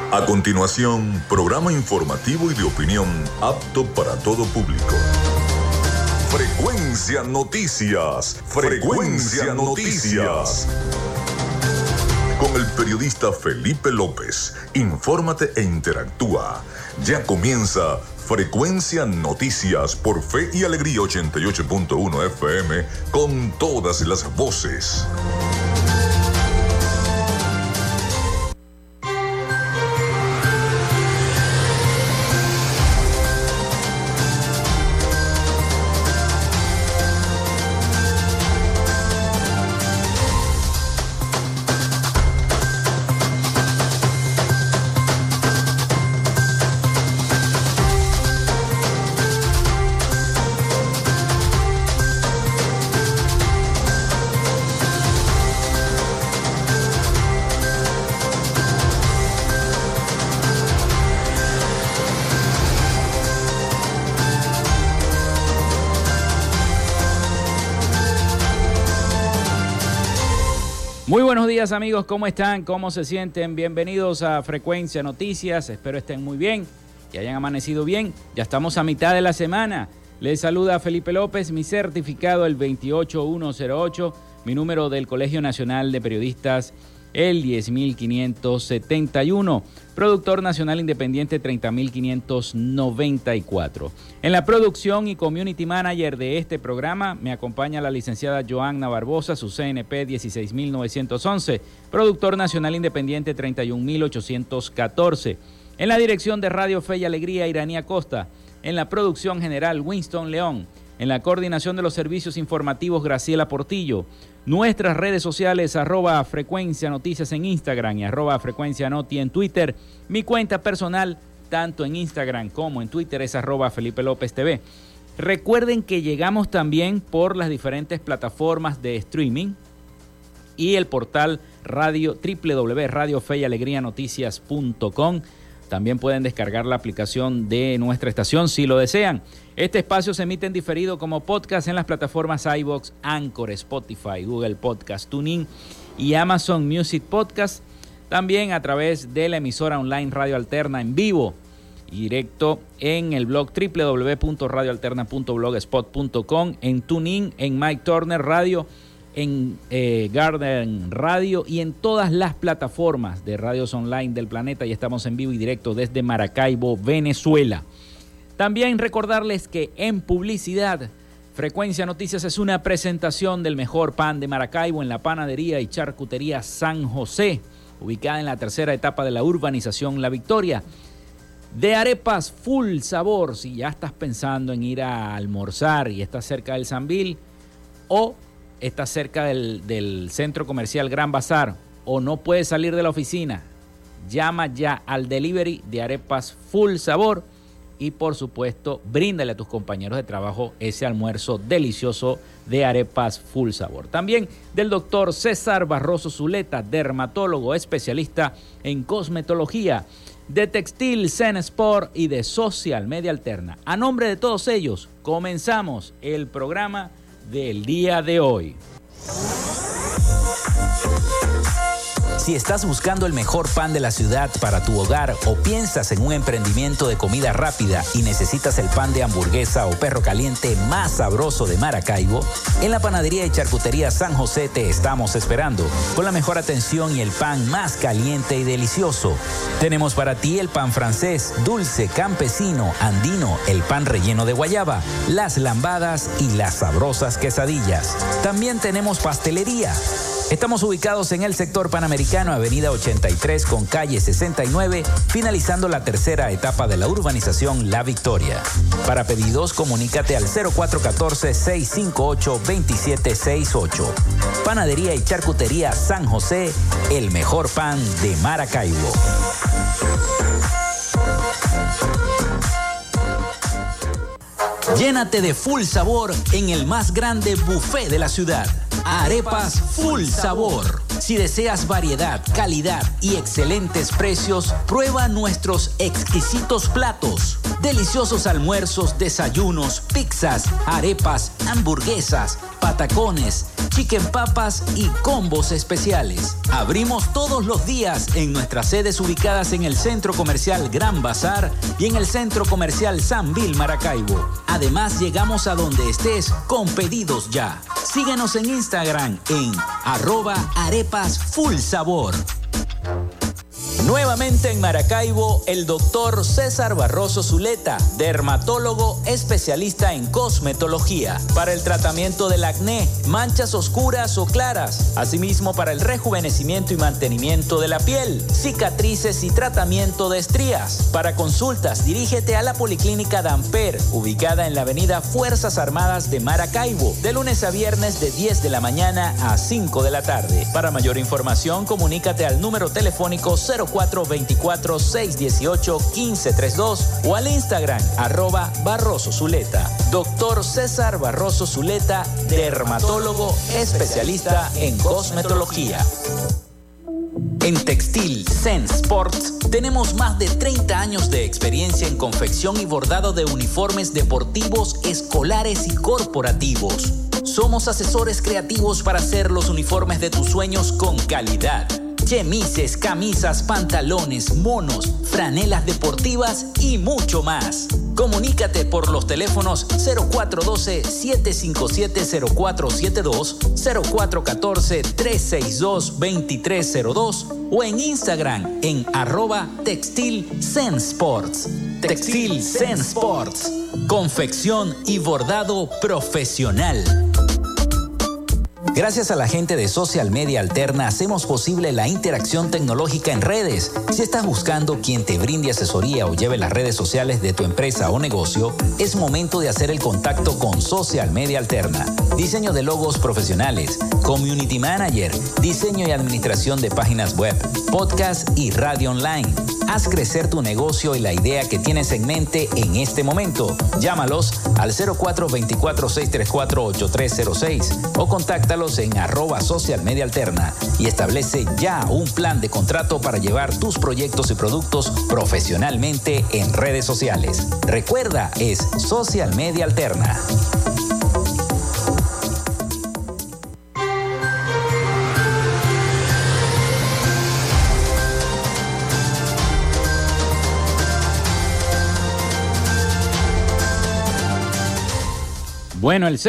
A continuación, programa informativo y de opinión apto para todo público. Frecuencia Noticias. Frecuencia Noticias. Con el periodista Felipe López. Infórmate e interactúa. Ya comienza Frecuencia Noticias por Fe y Alegría 88.1 FM con todas las voces. Muy buenos días, amigos, ¿cómo están? ¿Cómo se sienten? Bienvenidos a Frecuencia Noticias, espero estén muy bien, que hayan amanecido bien. Ya estamos a mitad de la semana. Les saluda Felipe López, mi certificado el 28108, mi número del Colegio Nacional de Periodistas el 10571, productor nacional independiente 30594. En la producción y community manager de este programa me acompaña la licenciada Joanna Barbosa, su CNP 16911, productor nacional independiente 31814. En la dirección de Radio Fe y Alegría, Iranía Costa. En la producción general, Winston León. En la coordinación de los servicios informativos, Graciela Portillo. Nuestras redes sociales, @Frecuencia Noticias en Instagram y @Frecuencia Noti en Twitter. Mi cuenta personal, tanto en Instagram como en Twitter, es @Felipe López TV. Recuerden que llegamos también por las diferentes plataformas de streaming y el portal radio www.radiofeyalegrianoticias.com. También pueden descargar la aplicación de nuestra estación si lo desean. Este espacio se emite en diferido como podcast en las plataformas iVoox, Anchor, Spotify, Google Podcast, TuneIn y Amazon Music Podcast. También a través de la emisora online Radio Alterna en vivo y directo en el blog www.radioalterna.blogspot.com, en TuneIn, en Mike Turner Radio, en Garden Radio y en todas las plataformas de radios online del planeta. Y estamos en vivo y directo desde Maracaibo, Venezuela. También recordarles que en publicidad, Frecuencia Noticias es una presentación del mejor pan de Maracaibo en la panadería y charcutería San José, ubicada en la tercera etapa de la urbanización La Victoria. De arepas full sabor, si ya estás pensando en ir a almorzar y estás cerca del Sambil o estás cerca del centro comercial Gran Bazar o no puedes salir de la oficina, llama ya al delivery de arepas full sabor y por supuesto bríndale a tus compañeros de trabajo ese almuerzo delicioso de arepas full sabor. También del doctor César Barroso Zuleta, dermatólogo especialista en cosmetología, de Textil Zen Sport y de Social Media Alterna. A nombre de todos ellos, comenzamos el programa del día de hoy. Si estás buscando el mejor pan de la ciudad para tu hogar o piensas en un emprendimiento de comida rápida y necesitas el pan de hamburguesa o perro caliente más sabroso de Maracaibo, en la panadería y charcutería San José te estamos esperando con la mejor atención y el pan más caliente y delicioso. Tenemos para ti el pan francés, dulce, campesino, andino, el pan relleno de guayaba, las lambadas y las sabrosas quesadillas. También tenemos pastelería. Estamos ubicados en el sector Panamericano, avenida 83 con calle 69, finalizando la tercera etapa de la urbanización La Victoria. Para pedidos, comunícate al 0414-658-2768. Panadería y charcutería San José, el mejor pan de Maracaibo. Llénate de full sabor en el más grande buffet de la ciudad. Arepas Full Sabor. Si deseas variedad, calidad y excelentes precios, prueba nuestros exquisitos platos. Deliciosos almuerzos, desayunos, pizzas, arepas, hamburguesas, patacones, chicken papas y combos especiales. Abrimos todos los días en nuestras sedes ubicadas en el Centro Comercial Gran Bazar y en el Centro Comercial San Vil Maracaibo. Además, llegamos a donde estés con pedidos ya. Síguenos en Instagram en @arepasfullsabor. Nuevamente en Maracaibo, el doctor César Barroso Zuleta, dermatólogo especialista en cosmetología, para el tratamiento del acné, manchas oscuras o claras, asimismo para el rejuvenecimiento y mantenimiento de la piel, cicatrices y tratamiento de estrías. Para consultas, dirígete a la Policlínica Damper, ubicada en la avenida Fuerzas Armadas de Maracaibo, de lunes a viernes de 10 de la mañana a 5 de la tarde. Para mayor información, comunícate al número telefónico 0424-618-1532 o al Instagram @Barroso Zuleta. Doctor César Barroso Zuleta, dermatólogo especialista en cosmetología. En Textil Zen Sports tenemos más de 30 años de experiencia en confección y bordado de uniformes deportivos, escolares y corporativos. Somos asesores creativos para hacer los uniformes de tus sueños con calidad. Chemises, camisas, pantalones, monos, franelas deportivas y mucho más. Comunícate por los teléfonos 0412-757-0472, 0414-362-2302 o en Instagram en @TextilZenSports. Textil Zen Sports, confección y bordado profesional. Gracias a la gente de Social Media Alterna hacemos posible la interacción tecnológica en redes. Si estás buscando quien te brinde asesoría o lleve las redes sociales de tu empresa o negocio, es momento de hacer el contacto con Social Media Alterna. Diseño de logos profesionales, community manager, diseño y administración de páginas web, podcast y radio online. Haz crecer tu negocio y la idea que tienes en mente en este momento. Llámalos al 0424-634-8306 o contáctalos en @socialmediaalterna y establece ya un plan de contrato para llevar tus proyectos y productos profesionalmente en redes sociales. Recuerda, es Social Media Alterna. Bueno, el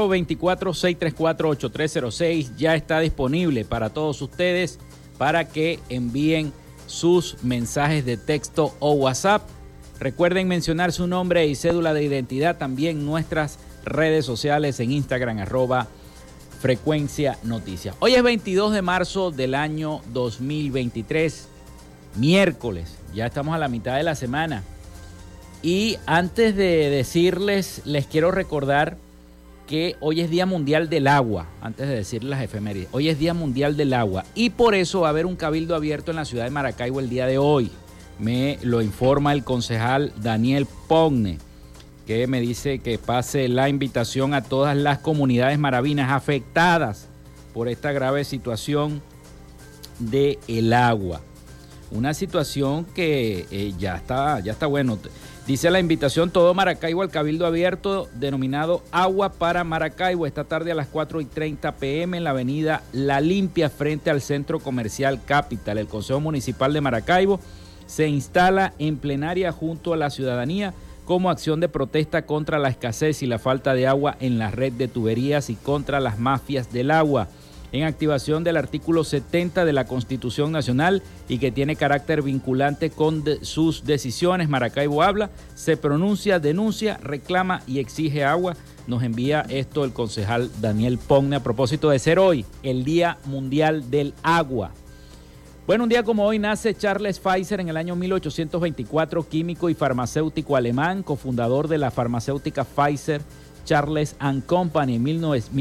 0424-634-8306 ya está disponible para todos ustedes para que envíen sus mensajes de texto o WhatsApp. Recuerden mencionar su nombre y cédula de identidad, también nuestras redes sociales en Instagram @Frecuencia Noticias. Hoy es 22 de marzo del año 2023, miércoles, ya estamos a la mitad de la semana. Y antes de decirles, les quiero recordar que hoy es Día Mundial del Agua. Antes de decirles las efemérides, hoy es Día Mundial del Agua. Y por eso va a haber un cabildo abierto en la ciudad de Maracaibo el día de hoy. Me lo informa el concejal Daniel Pogne, que me dice que pase la invitación a todas las comunidades maravinas afectadas por esta grave situación del agua. Una situación que ya está bueno. Dice la invitación todo Maracaibo al cabildo abierto denominado Agua para Maracaibo esta tarde a las 4:30 p.m. en la avenida La Limpia frente al Centro Comercial Capital. El Consejo Municipal de Maracaibo se instala en plenaria junto a la ciudadanía como acción de protesta contra la escasez y la falta de agua en la red de tuberías y contra las mafias del agua, en activación del artículo 70 de la Constitución Nacional y que tiene carácter vinculante con sus decisiones. Maracaibo habla, se pronuncia, denuncia, reclama y exige agua. Nos envía esto el concejal Daniel Pogne a propósito de ser hoy el Día Mundial del Agua. Bueno, un día como hoy nace Charles Pfizer en el año 1824, químico y farmacéutico alemán, cofundador de la farmacéutica Pfizer, Charles & Company en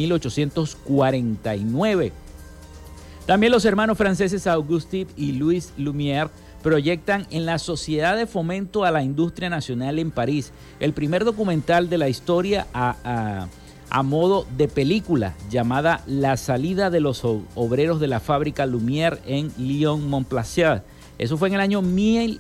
1849. También los hermanos franceses Auguste y Louis Lumière proyectan en la Sociedad de Fomento a la Industria Nacional en París el primer documental de la historia a a modo de película llamada La salida de los obreros de la fábrica Lumière en Lyon-Montplaisir. Eso fue en el año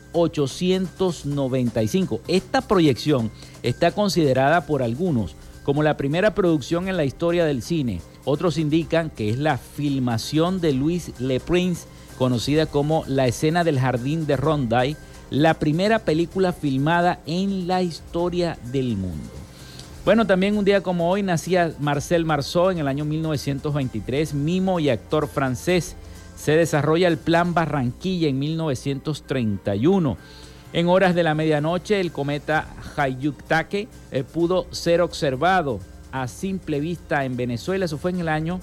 1895. Esta proyección está considerada por algunos como la primera producción en la historia del cine. Otros indican que es la filmación de Louis Le Prince, conocida como La escena del jardín de Rondaille, la primera película filmada en la historia del mundo. Bueno, también un día como hoy nacía Marcel Marceau en el año 1923, mimo y actor francés. Se desarrolla el Plan Barranquilla en 1931. En horas de la medianoche, el cometa Hyuk-Take pudo ser observado a simple vista en Venezuela. Eso fue en el año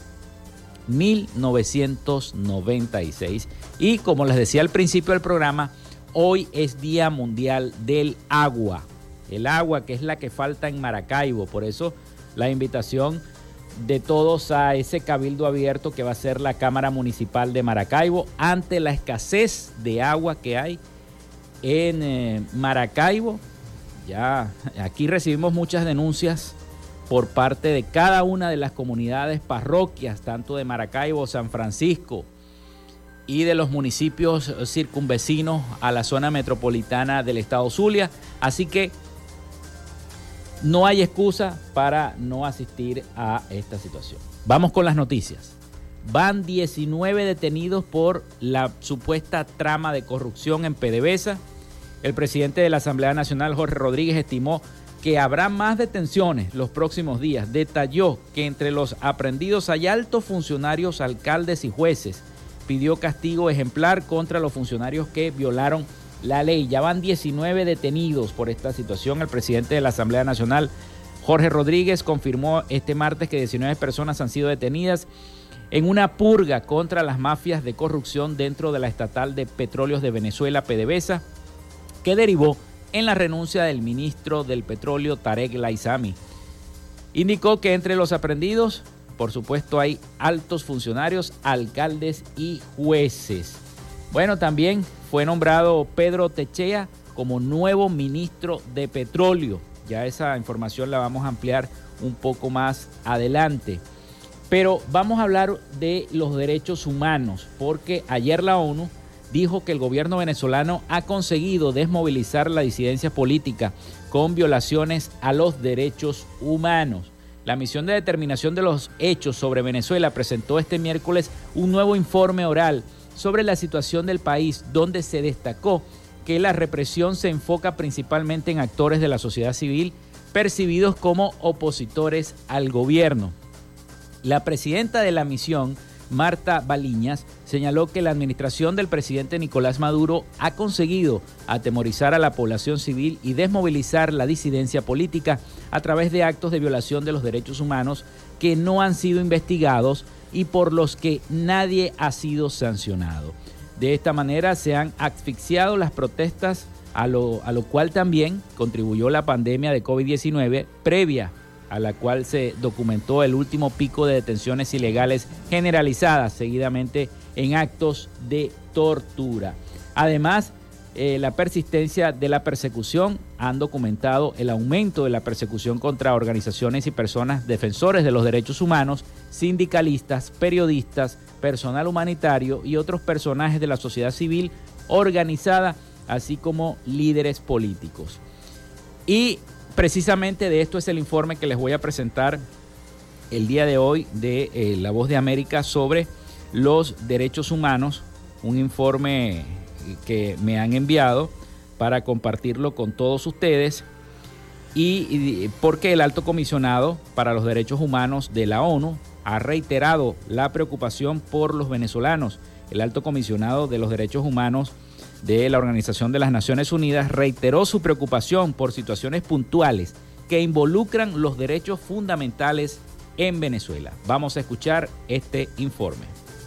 1996. Y como les decía al principio del programa, hoy es Día Mundial del Agua. El agua, que es la que falta en Maracaibo. Por eso la invitación de todos a ese cabildo abierto que va a ser la Cámara Municipal de Maracaibo ante la escasez de agua que hay en Maracaibo. Ya aquí recibimos muchas denuncias por parte de cada una de las comunidades, parroquias, tanto de Maracaibo, San Francisco y de los municipios circunvecinos a la zona metropolitana del estado Zulia. Así que no hay excusa para no asistir a esta situación. Vamos con las noticias. Van 19 detenidos por la supuesta trama de corrupción en PDVSA. El presidente de la Asamblea Nacional, Jorge Rodríguez, estimó que habrá más detenciones los próximos días. Detalló que entre los aprehendidos hay altos funcionarios, alcaldes y jueces. Pidió castigo ejemplar contra los funcionarios que violaron la ley. Ya van 19 detenidos por esta situación. El presidente de la Asamblea Nacional, Jorge Rodríguez, confirmó este martes que 19 personas han sido detenidas en una purga contra las mafias de corrupción dentro de la estatal de Petróleos de Venezuela, PDVSA, que derivó en la renuncia del ministro del Petróleo, Tarek El Aissami. Indicó que entre los aprehendidos, por supuesto, hay altos funcionarios, alcaldes y jueces. Bueno, también fue nombrado Pedro Techea como nuevo ministro de Petróleo. Ya esa información la vamos a ampliar un poco más adelante. Pero vamos a hablar de los derechos humanos, porque ayer la ONU dijo que el gobierno venezolano ha conseguido desmovilizar la disidencia política con violaciones a los derechos humanos. La misión de determinación de los hechos sobre Venezuela presentó este miércoles un nuevo informe oral sobre la situación del país, donde se destacó que la represión se enfoca principalmente en actores de la sociedad civil percibidos como opositores al gobierno. La presidenta de la misión, Marta Baliñas, señaló que la administración del presidente Nicolás Maduro ha conseguido atemorizar a la población civil y desmovilizar la disidencia política a través de actos de violación de los derechos humanos que no han sido investigados y por los que nadie ha sido sancionado. De esta manera se han asfixiado las protestas, a lo cual también contribuyó la pandemia de COVID-19 previa a la cual se documentó el último pico de detenciones ilegales generalizadas seguidamente en actos de tortura. Además, la persistencia de la persecución han documentado el aumento de la persecución contra organizaciones y personas defensores de los derechos humanos, sindicalistas, periodistas, personal humanitario y otros personajes de la sociedad civil organizada, así como líderes políticos. Y precisamente de esto es el informe que les voy a presentar el día de hoy de La Voz de América sobre los derechos humanos, un informe que me han enviado para compartirlo con todos ustedes y porque el Alto Comisionado para los Derechos Humanos de la ONU ha reiterado la preocupación por los venezolanos. El Alto Comisionado de los Derechos Humanos de la Organización de las Naciones Unidas reiteró su preocupación por situaciones puntuales que involucran los derechos fundamentales en Venezuela. Vamos a escuchar este informe.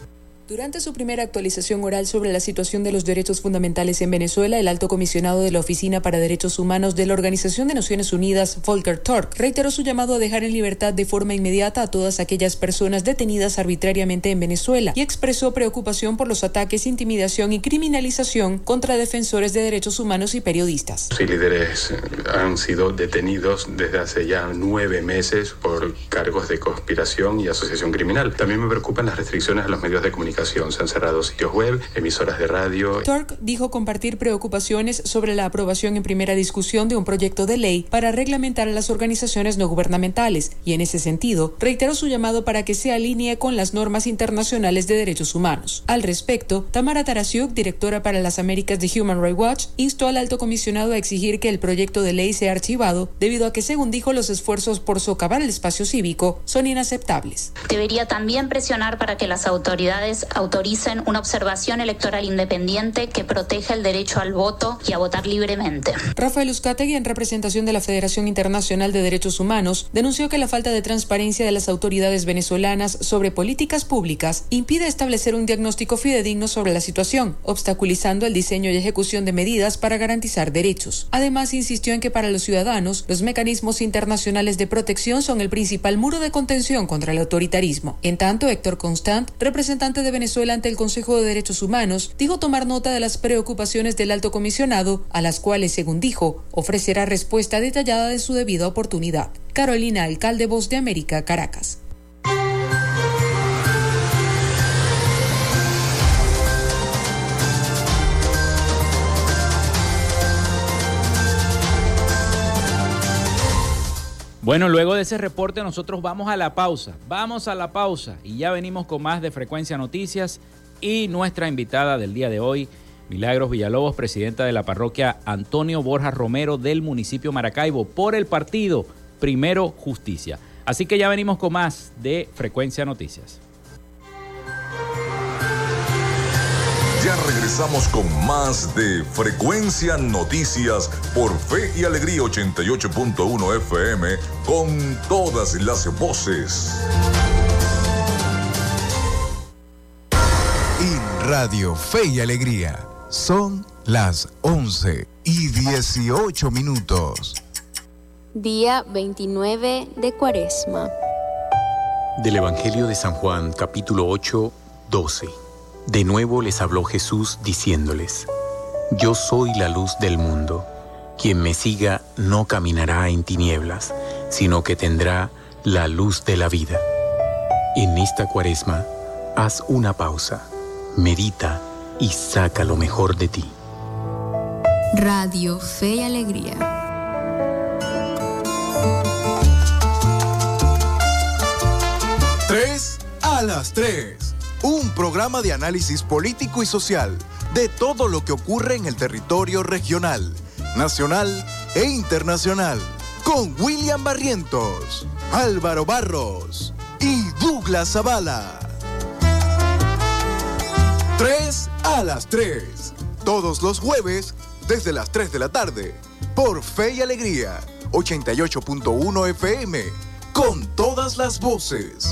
Durante su primera actualización oral sobre la situación de los derechos fundamentales en Venezuela, el alto comisionado de la Oficina para Derechos Humanos de la Organización de Naciones Unidas, Volker Turk, reiteró su llamado a dejar en libertad de forma inmediata a todas aquellas personas detenidas arbitrariamente en Venezuela y expresó preocupación por los ataques, intimidación y criminalización contra defensores de derechos humanos y periodistas. Los líderes han sido detenidos desde hace ya 9 meses por cargos de conspiración y asociación criminal. También me preocupan las restricciones a los medios de comunicación. Se han cerrado sitios web, emisoras de radio. Turk dijo compartir preocupaciones sobre la aprobación en primera discusión de un proyecto de ley para reglamentar a las organizaciones no gubernamentales y, en ese sentido, reiteró su llamado para que se alinee con las normas internacionales de derechos humanos. Al respecto, Tamara Tarasiuk, directora para las Américas de Human Rights Watch, instó al alto comisionado a exigir que el proyecto de ley sea archivado debido a que, según dijo, los esfuerzos por socavar el espacio cívico son inaceptables. Debería también presionar para que las autoridades autoricen una observación electoral independiente que proteja el derecho al voto y a votar libremente. Rafael Uzcategui, en representación de la Federación Internacional de Derechos Humanos, denunció que la falta de transparencia de las autoridades venezolanas sobre políticas públicas impide establecer un diagnóstico fidedigno sobre la situación, obstaculizando el diseño y ejecución de medidas para garantizar derechos. Además, insistió en que para los ciudadanos, los mecanismos internacionales de protección son el principal muro de contención contra el autoritarismo. En tanto, Héctor Constant, representante de Venezuela ante el Consejo de Derechos Humanos, dijo tomar nota de las preocupaciones del alto comisionado, a las cuales, según dijo, ofrecerá respuesta detallada de su debida oportunidad. Carolina Alcalde, Voz de América, Caracas. Bueno, luego de ese reporte nosotros vamos a la pausa y ya venimos con más de Frecuencia Noticias y nuestra invitada del día de hoy, Milagros Villalobos, presidenta de la parroquia Antonio Borja Romero del municipio Maracaibo por el partido Primero Justicia. Así que ya venimos con más de Frecuencia Noticias. Ya regresamos con más de Frecuencia Noticias por Fe y Alegría 88.1 FM con todas las voces. En Radio Fe y Alegría son las 11:18. Día 29 de Cuaresma. Del Evangelio de San Juan, capítulo 8, 12. De nuevo les habló Jesús diciéndoles: Yo soy la luz del mundo. Quien me siga no caminará en tinieblas, sino que tendrá la luz de la vida. En esta Cuaresma, haz una pausa, medita y saca lo mejor de ti. Radio Fe y Alegría. Tres a las 3. Un programa de análisis político y social de todo lo que ocurre en el territorio regional, nacional e internacional. Con William Barrientos, Álvaro Barros y Douglas Zavala. 3 a las 3. Todos los jueves desde las 3 de la tarde. Por Fe y Alegría, 88.1 FM. Con todas las voces.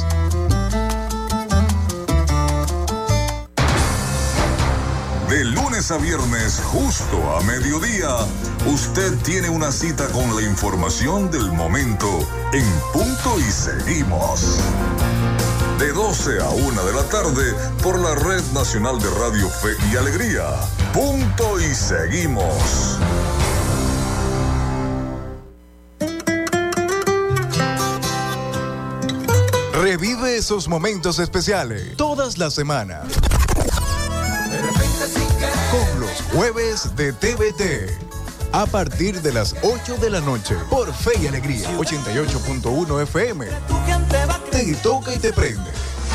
De lunes a viernes, justo a mediodía, usted tiene una cita con la información del momento en Punto y Seguimos. De 12 a 1 de la tarde por la Red Nacional de Radio Fe y Alegría. Punto y Seguimos. Revive esos momentos especiales todas las semanas. Con los jueves de TVT. A partir de las 8 de la noche. Por Fe y Alegría. 88.1 FM. Te toca y te prende.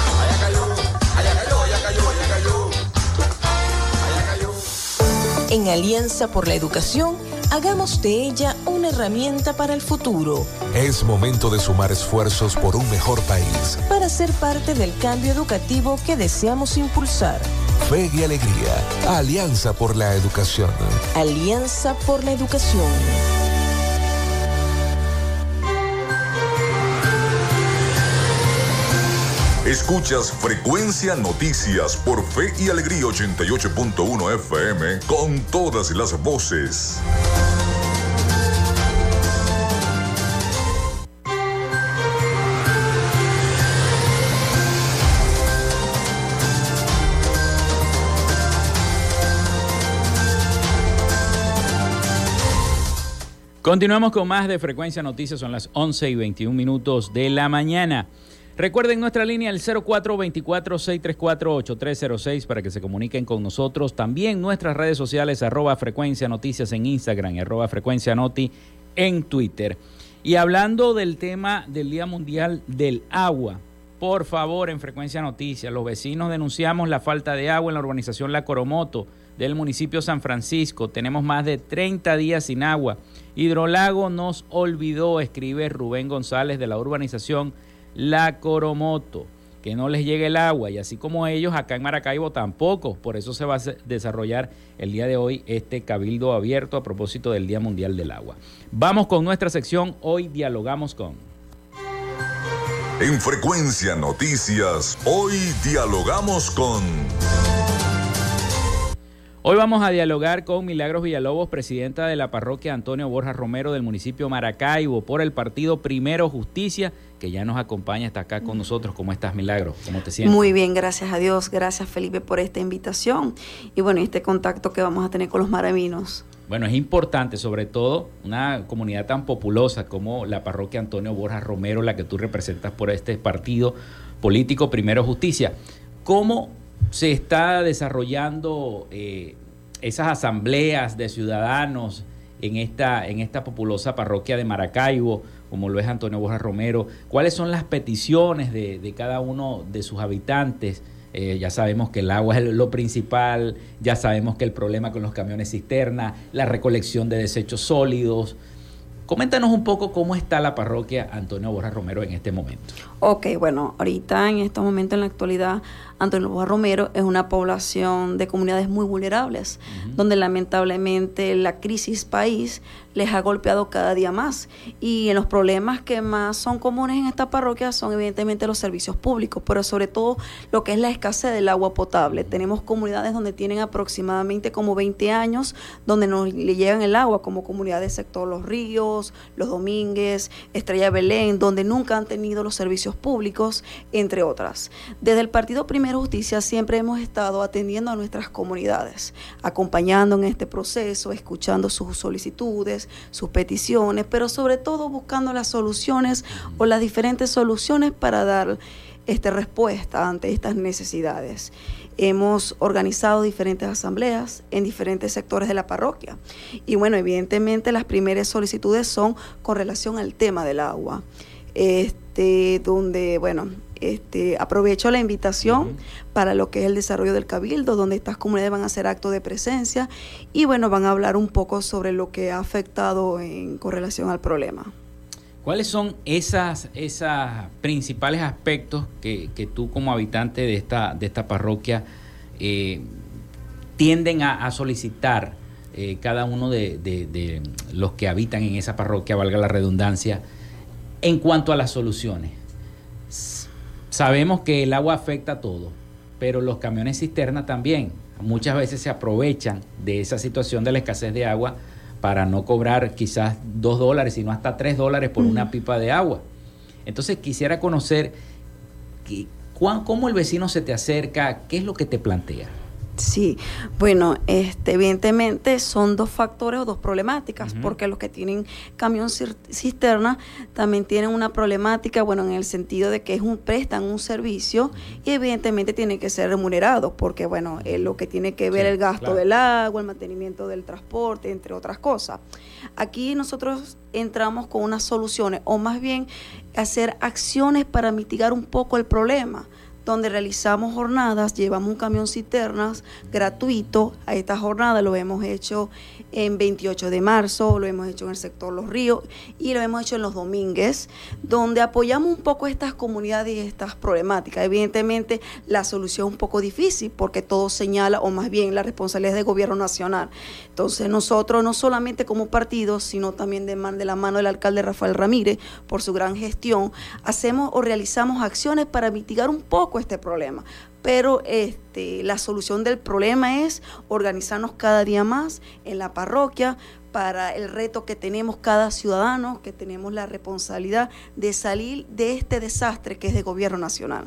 En Alianza por la Educación, hagamos de ella una herramienta para el futuro. Es momento de sumar esfuerzos por un mejor país. Para ser parte del cambio educativo que deseamos impulsar. Fe y Alegría. Alianza por la Educación. Alianza por la Educación. Escuchas Frecuencia Noticias por Fe y Alegría 88.1 FM con todas las voces. Continuamos con más de Frecuencia Noticias, son las 11:21 de la mañana. Recuerden nuestra línea el 0424-634-8306 para que se comuniquen con nosotros. También nuestras redes sociales @Frecuencia Noticias en Instagram y @Frecuencia Noti en Twitter. Y hablando del tema del Día Mundial del Agua, por favor, en Frecuencia Noticias, los vecinos denunciamos la falta de agua en la urbanización La Coromoto del municipio San Francisco. Tenemos más de 30 días sin agua. Hidrolago nos olvidó, escribe Rubén González de la urbanización La Coromoto, que no les llegue el agua, y así como ellos, acá en Maracaibo tampoco. Por eso se va a desarrollar el día de hoy este cabildo abierto a propósito del Día Mundial del Agua. Vamos con nuestra sección, hoy dialogamos con... En Frecuencia Noticias, hoy dialogamos con... Hoy vamos a dialogar con Milagros Villalobos, presidenta de la parroquia Antonio Borja Romero del municipio Maracaibo, por el partido Primero Justicia, que ya nos acompaña, está acá con nosotros. ¿Cómo estás, Milagros? ¿Cómo te sientes? Muy bien, gracias a Dios. Gracias, Felipe, por esta invitación y bueno, este contacto que vamos a tener con los maravinos. Bueno, es importante, sobre todo, una comunidad tan populosa como la parroquia Antonio Borja Romero, la que tú representas por este partido político Primero Justicia. ¿Cómo se está desarrollando esas asambleas de ciudadanos en esta populosa parroquia de Maracaibo, como lo es Antonio Borja Romero? ¿Cuáles son las peticiones de cada uno de sus habitantes? Ya sabemos que el agua es lo principal, ya sabemos que el problema con los camiones cisterna, la recolección de desechos sólidos. Coméntanos un poco cómo está la parroquia Antonio Borja Romero en este momento. Ok, bueno, ahorita en estos momentos, en la actualidad, Antonio Borja Romero es una población de comunidades muy vulnerables, donde lamentablemente la crisis país les ha golpeado cada día más. Y en los problemas que más son comunes en esta parroquia son evidentemente los servicios públicos, pero sobre todo lo que es la escasez del agua potable. Tenemos comunidades donde tienen aproximadamente como 20 años, donde no le llegan el agua, como comunidades del sector Los Ríos, Los Domínguez, Estrella Belén, donde nunca han tenido los servicios públicos, entre otras. Desde el partido Primero Justicia siempre hemos estado atendiendo a nuestras comunidades, acompañando en este proceso, escuchando sus solicitudes, sus peticiones, pero sobre todo buscando las soluciones o las diferentes soluciones para dar respuesta ante estas necesidades. Hemos organizado diferentes asambleas en diferentes sectores de la parroquia y bueno, evidentemente las primeras solicitudes son con relación al tema del agua, donde bueno, aprovecho la invitación para lo que es el desarrollo del cabildo, donde estas comunidades van a hacer acto de presencia y bueno, van a hablar un poco sobre lo que ha afectado con relación al problema. ¿Cuáles son esas principales aspectos que tú como habitante de esta parroquia tienden a solicitar cada uno de los que habitan en esa parroquia, valga la redundancia, en cuanto a las soluciones? Sabemos que el agua afecta a todo, pero los camiones cisterna también. Muchas veces se aprovechan de esa situación de la escasez de agua para no cobrar quizás $2, sino hasta $3 por una pipa de agua. Entonces quisiera conocer cómo el vecino se te acerca, qué es lo que te plantea. Sí, bueno, evidentemente son dos factores o dos problemáticas, porque los que tienen camión cisterna también tienen una problemática, bueno, en el sentido de que prestan un servicio y evidentemente tienen que ser remunerados, porque bueno, es lo que tiene que ver el gasto del agua, el mantenimiento del transporte, entre otras cosas. Aquí nosotros entramos con unas soluciones, o más bien hacer acciones para mitigar un poco el problema, donde realizamos jornadas, llevamos un camión cisternas gratuito a esta jornada. Lo hemos hecho en 28 de marzo, lo hemos hecho en el sector Los Ríos y lo hemos hecho en Los Domínguez, donde apoyamos un poco estas comunidades y estas problemáticas. Evidentemente la solución es un poco difícil porque todo señala, o más bien la responsabilidad es del gobierno nacional. Entonces nosotros no solamente como partido, sino también de la mano del alcalde Rafael Ramírez, por su gran gestión, hacemos o realizamos acciones para mitigar un poco este problema. Pero la solución del problema es organizarnos cada día más en la parroquia para el reto que tenemos cada ciudadano, que tenemos la responsabilidad de salir de este desastre que es de gobierno nacional.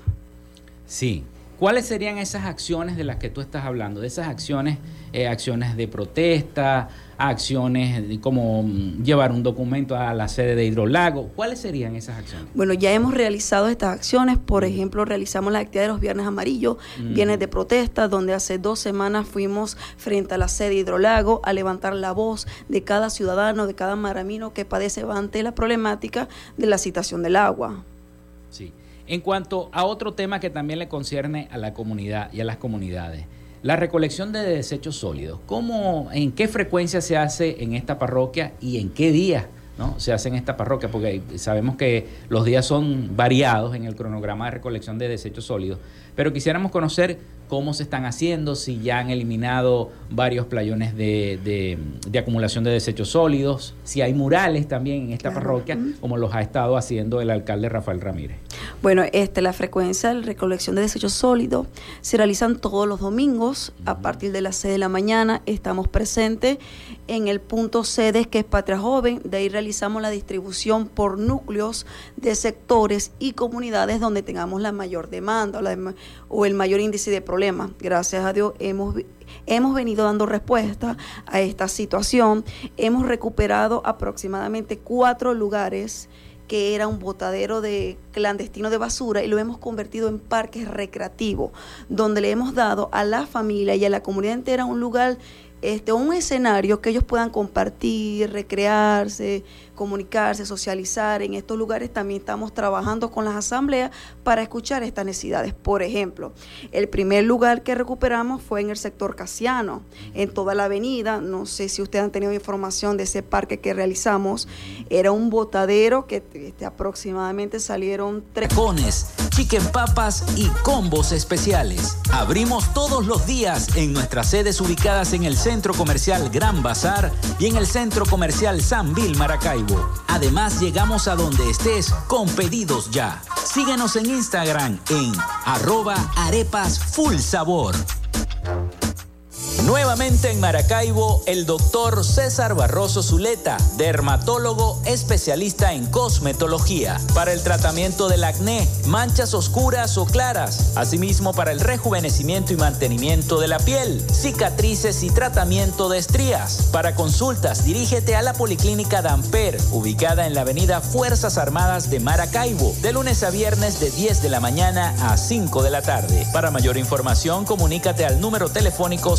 Sí. ¿Cuáles serían esas acciones de las que tú estás hablando? De esas acciones, acciones de protesta, acciones como llevar un documento a la sede de Hidrolago. ¿Cuáles serían esas acciones? Bueno, ya hemos realizado estas acciones. Por ejemplo, realizamos la actividad de los Viernes Amarillos, Viernes de Protesta, donde hace 2 semanas fuimos frente a la sede de Hidrolago a levantar la voz de cada ciudadano, de cada maramino que padece ante la problemática de la situación del agua. Sí. En cuanto a otro tema que también le concierne a la comunidad y a las comunidades, la recolección de desechos sólidos. ¿En qué frecuencia se hace en esta parroquia y en qué día, ¿no?, se hace en esta parroquia? Porque sabemos que los días son variados en el cronograma de recolección de desechos sólidos, pero quisiéramos conocer cómo se están haciendo, si ya han eliminado varios playones de acumulación de desechos sólidos, si hay murales también en esta parroquia, como los ha estado haciendo el alcalde Rafael Ramírez. Bueno, la frecuencia de recolección de desechos sólidos se realizan todos los domingos a partir de las 6 de la mañana. Estamos presentes en el punto sede, que es Patria Joven. De ahí realizamos la distribución por núcleos de sectores y comunidades donde tengamos la mayor demanda o el mayor índice de problemas. Gracias a Dios hemos venido dando respuesta a esta situación. Hemos recuperado aproximadamente 4 lugares que era un botadero clandestino de basura, y lo hemos convertido en parques recreativos, donde le hemos dado a la familia y a la comunidad entera un lugar, un escenario que ellos puedan compartir, recrearse, comunicarse, socializar. En estos lugares también estamos trabajando con las asambleas para escuchar estas necesidades. Por ejemplo, el primer lugar que recuperamos fue en el sector Casiano, en toda la avenida. No sé si ustedes han tenido información de ese parque que realizamos. Era un botadero que aproximadamente salieron 3 cones, chicken papas y combos especiales. Abrimos todos los días en nuestras sedes ubicadas en el Centro Comercial Gran Bazar y en el Centro Comercial San Vil Maracaibo. Además, llegamos a donde estés con pedidos ya. Síguenos en Instagram en @arepasfullsabor. Nuevamente en Maracaibo, el doctor César Barroso Zuleta, dermatólogo especialista en cosmetología, para el tratamiento del acné, manchas oscuras o claras, asimismo para el rejuvenecimiento y mantenimiento de la piel, cicatrices y tratamiento de estrías. Para consultas, dirígete a la Policlínica Damper, ubicada en la avenida Fuerzas Armadas de Maracaibo, de lunes a viernes de 10 de la mañana a 5 de la tarde. Para mayor información, comunícate al número telefónico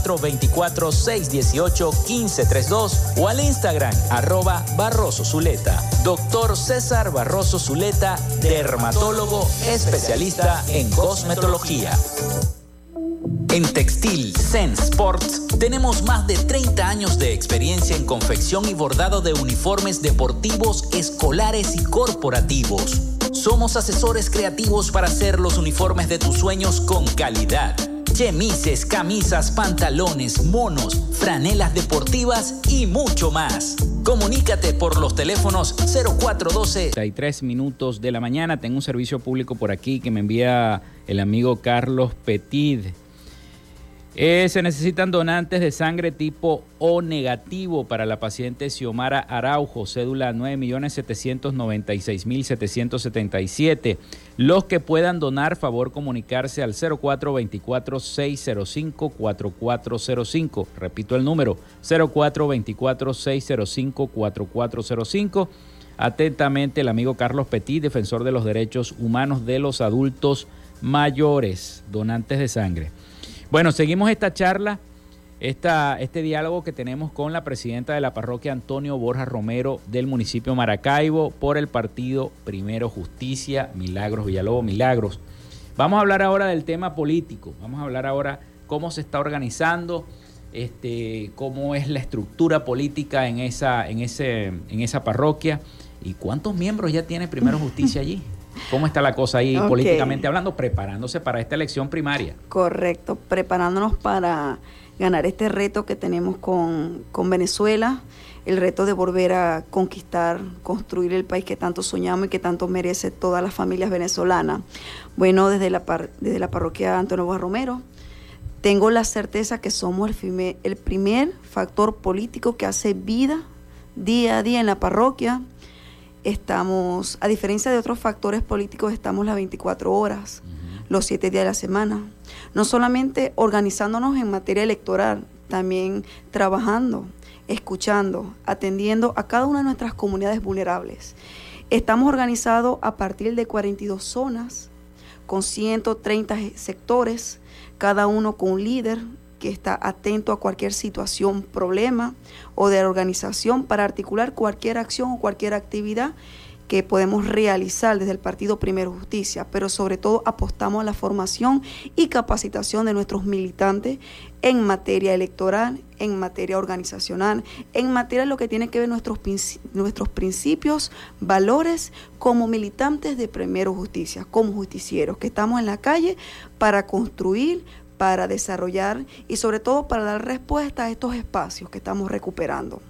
0424-618-1532 o al Instagram @Barroso Zuleta. Doctor César Barroso Zuleta, dermatólogo especialista en cosmetología. En Textil Sense Sports tenemos más de 30 años de experiencia en confección y bordado de uniformes deportivos, escolares y corporativos. Somos asesores creativos para hacer los uniformes de tus sueños con calidad. Chemises, camisas, pantalones, monos, franelas deportivas y mucho más. Comunícate por los teléfonos 0412. 33 minutos de la mañana. Tengo un servicio público por aquí que me envía el amigo Carlos Petit. Se necesitan donantes de sangre tipo O negativo para la paciente Xiomara Araujo, cédula 9.796.777. Los que puedan donar, favor comunicarse al 0424-605-4405. Repito el número, 0424-605-4405. Atentamente el amigo Carlos Petit, defensor de los derechos humanos de los adultos mayores, donantes de sangre. Bueno, seguimos esta charla, este diálogo que tenemos con la presidenta de la parroquia, Antonio Borja Romero, del municipio Maracaibo, por el partido Primero Justicia, Milagros Villalobos. Milagros, Vamos a hablar ahora del tema político, vamos a hablar ahora cómo se está organizando, cómo es la estructura política en esa parroquia y cuántos miembros ya tiene Primero Justicia allí. ¿Cómo está la cosa ahí políticamente hablando, preparándose para esta elección primaria? Correcto, preparándonos para ganar este reto que tenemos con Venezuela, el reto de volver a conquistar, construir el país que tanto soñamos y que tanto merece todas las familias venezolanas. Bueno, desde la parroquia Antonio Bojas Romero, tengo la certeza que somos el primer factor político que hace vida día a día en la parroquia. Estamos, a diferencia de otros factores políticos, estamos las 24 horas, los 7 días de la semana. No solamente organizándonos en materia electoral, también trabajando, escuchando, atendiendo a cada una de nuestras comunidades vulnerables. Estamos organizados a partir de 42 zonas, con 130 sectores, cada uno con un líder que está atento a cualquier situación, problema o de organización para articular cualquier acción o cualquier actividad que podemos realizar desde el Partido Primero Justicia, pero sobre todo apostamos a la formación y capacitación de nuestros militantes en materia electoral, en materia organizacional, en materia de lo que tiene que ver nuestros principios, valores como militantes de Primero Justicia, como justicieros, que estamos en la calle para construir, para desarrollar y sobre todo para dar respuesta a estos espacios que estamos recuperando.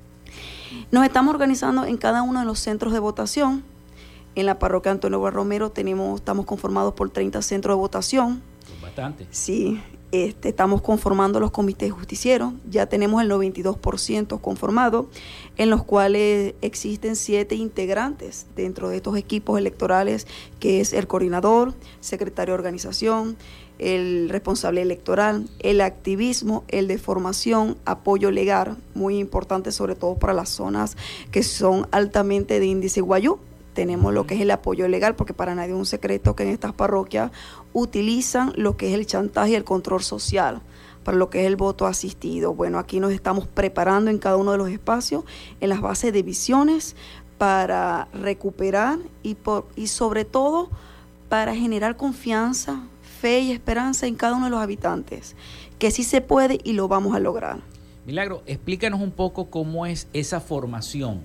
Nos estamos organizando en cada uno de los centros de votación. En la parroquia Antonio Bojas Romero estamos conformados por 30 centros de votación. Bastante. Sí, estamos conformando los comités justicieros. Ya tenemos el 92% conformado, en los cuales existen 7 integrantes dentro de estos equipos electorales, que es el coordinador, secretario de organización, el responsable electoral, el activismo, el de formación, apoyo legal, muy importante sobre todo para las zonas que son altamente de índice guayú. Tenemos lo que es el apoyo legal, porque para nadie es un secreto que en estas parroquias utilizan lo que es el chantaje y el control social para lo que es el voto asistido. Bueno, aquí nos estamos preparando en cada uno de los espacios, en las bases de visiones, para recuperar y sobre todo para generar confianza, fe y esperanza en cada uno de los habitantes, que sí se puede y lo vamos a lograr. Milagro, explícanos un poco cómo es esa formación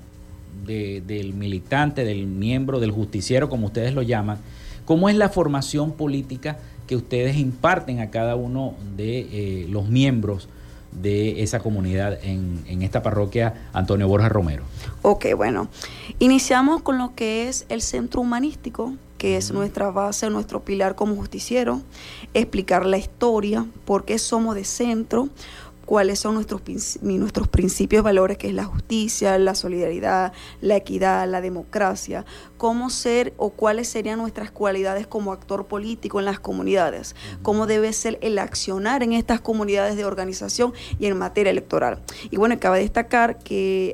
del militante, del miembro, del justiciero, como ustedes lo llaman. ¿Cómo es la formación política que ustedes imparten a cada uno de los miembros de esa comunidad en esta parroquia Antonio Bojas Romero? Ok, bueno, iniciamos con lo que es el centro humanístico, que es nuestra base, nuestro pilar como justiciero, explicar la historia, por qué somos de centro, cuáles son nuestros principios y valores, que es la justicia, la solidaridad, la equidad, la democracia, cómo ser o cuáles serían nuestras cualidades como actor político en las comunidades, cómo debe ser el accionar en estas comunidades de organización y en materia electoral. Y bueno, cabe destacar que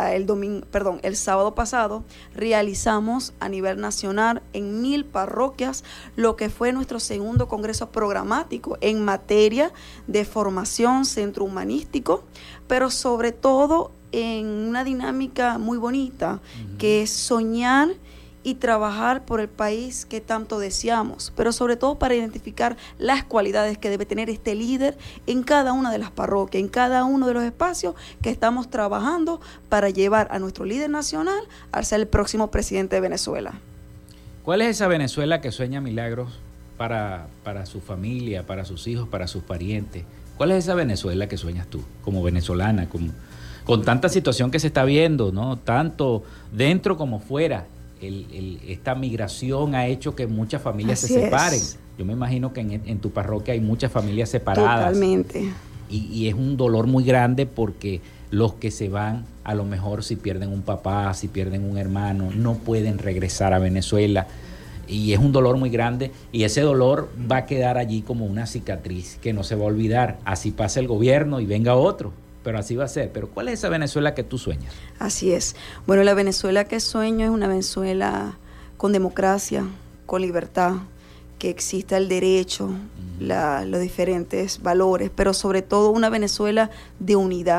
el sábado pasado realizamos a nivel nacional en 1000 parroquias lo que fue nuestro segundo congreso programático en materia de formación, centro humanístico, pero sobre todo en una dinámica muy bonita, que es soñar y trabajar por el país que tanto deseamos, pero sobre todo para identificar las cualidades que debe tener este líder en cada una de las parroquias, en cada uno de los espacios que estamos trabajando para llevar a nuestro líder nacional a ser el próximo presidente de Venezuela. ¿Cuál es esa Venezuela que sueña Milagros para su familia, para sus hijos, para sus parientes? ¿Cuál es esa Venezuela que sueñas tú como venezolana, con tanta situación que se está viendo, ¿no? Tanto dentro como fuera? Esta migración ha hecho que muchas familias se separen. Yo me imagino que en tu parroquia hay muchas familias separadas. Totalmente. Y es un dolor muy grande porque los que se van, a lo mejor si pierden un papá, si pierden un hermano, no pueden regresar a Venezuela. Y es un dolor muy grande y ese dolor va a quedar allí como una cicatriz que no se va a olvidar. Así pasa el gobierno y venga otro. Pero así va a ser. Pero ¿cuál es esa Venezuela que tú sueñas? Así es. Bueno, la Venezuela que sueño es una Venezuela con democracia, con libertad, que exista el derecho, los diferentes valores, pero sobre todo una Venezuela de unidad,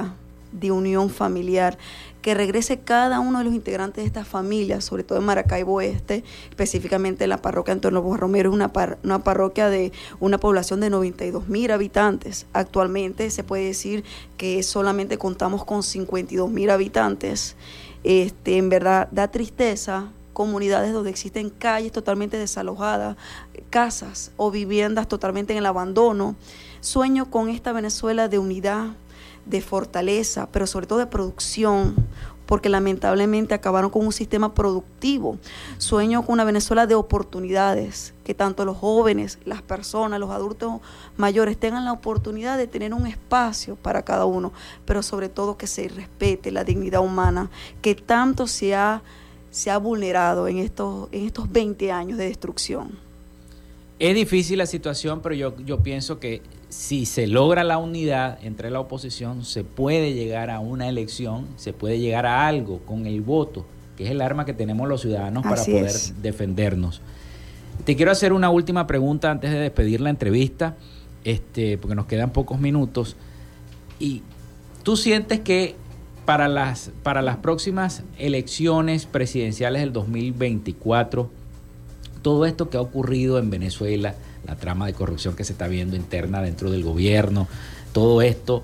de unión familiar, que regrese cada uno de los integrantes de estas familias, sobre todo en Maracaibo Oeste, específicamente en la parroquia Antonio Bojas Romero, es una parroquia de una población de 92,000 habitantes. Actualmente se puede decir que solamente contamos con 52,000 habitantes. En verdad da tristeza, comunidades donde existen calles totalmente desalojadas, casas o viviendas totalmente en el abandono. Sueño con esta Venezuela de unidad, de fortaleza, pero sobre todo de producción, porque lamentablemente acabaron con un sistema productivo. Sueño con una Venezuela de oportunidades, que tanto los jóvenes, las personas, los adultos mayores tengan la oportunidad de tener un espacio para cada uno, pero sobre todo que se respete la dignidad humana, que tanto se ha vulnerado en estos 20 años de destrucción. Es difícil la situación, pero yo pienso que si se logra la unidad entre la oposición, se puede llegar a una elección, se puede llegar a algo con el voto, que es el arma que tenemos los ciudadanos para poder defendernos. Te quiero hacer una última pregunta antes de despedir la entrevista, porque nos quedan pocos minutos. Y tú sientes que para las próximas elecciones presidenciales del 2024, todo esto que ha ocurrido en Venezuela, la trama de corrupción que se está viendo interna dentro del gobierno, todo esto,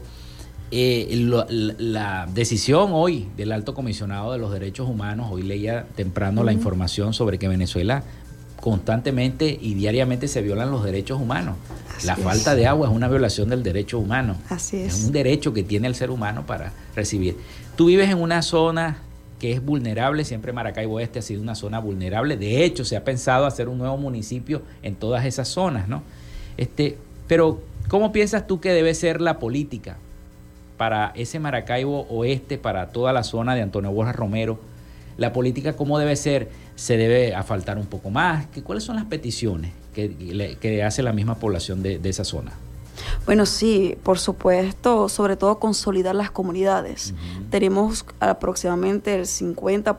la decisión hoy del Alto Comisionado de los Derechos Humanos, hoy leía temprano la información sobre que Venezuela constantemente y diariamente se violan los derechos humanos. La falta de agua es una violación del derecho humano. Así es. Es un derecho que tiene el ser humano para recibir. Tú vives en una zona que es vulnerable, siempre Maracaibo Oeste ha sido una zona vulnerable. De hecho, se ha pensado hacer un nuevo municipio en todas esas zonas, ¿no? Pero, ¿cómo piensas tú que debe ser la política para ese Maracaibo Oeste, para toda la zona de Antonio Bojas Romero? La política, ¿cómo debe ser? ¿Se debe asfaltar un poco más? ¿Cuáles son las peticiones que hace la misma población de esa zona? Bueno, sí, por supuesto, sobre todo consolidar las comunidades. Tenemos aproximadamente el 50%,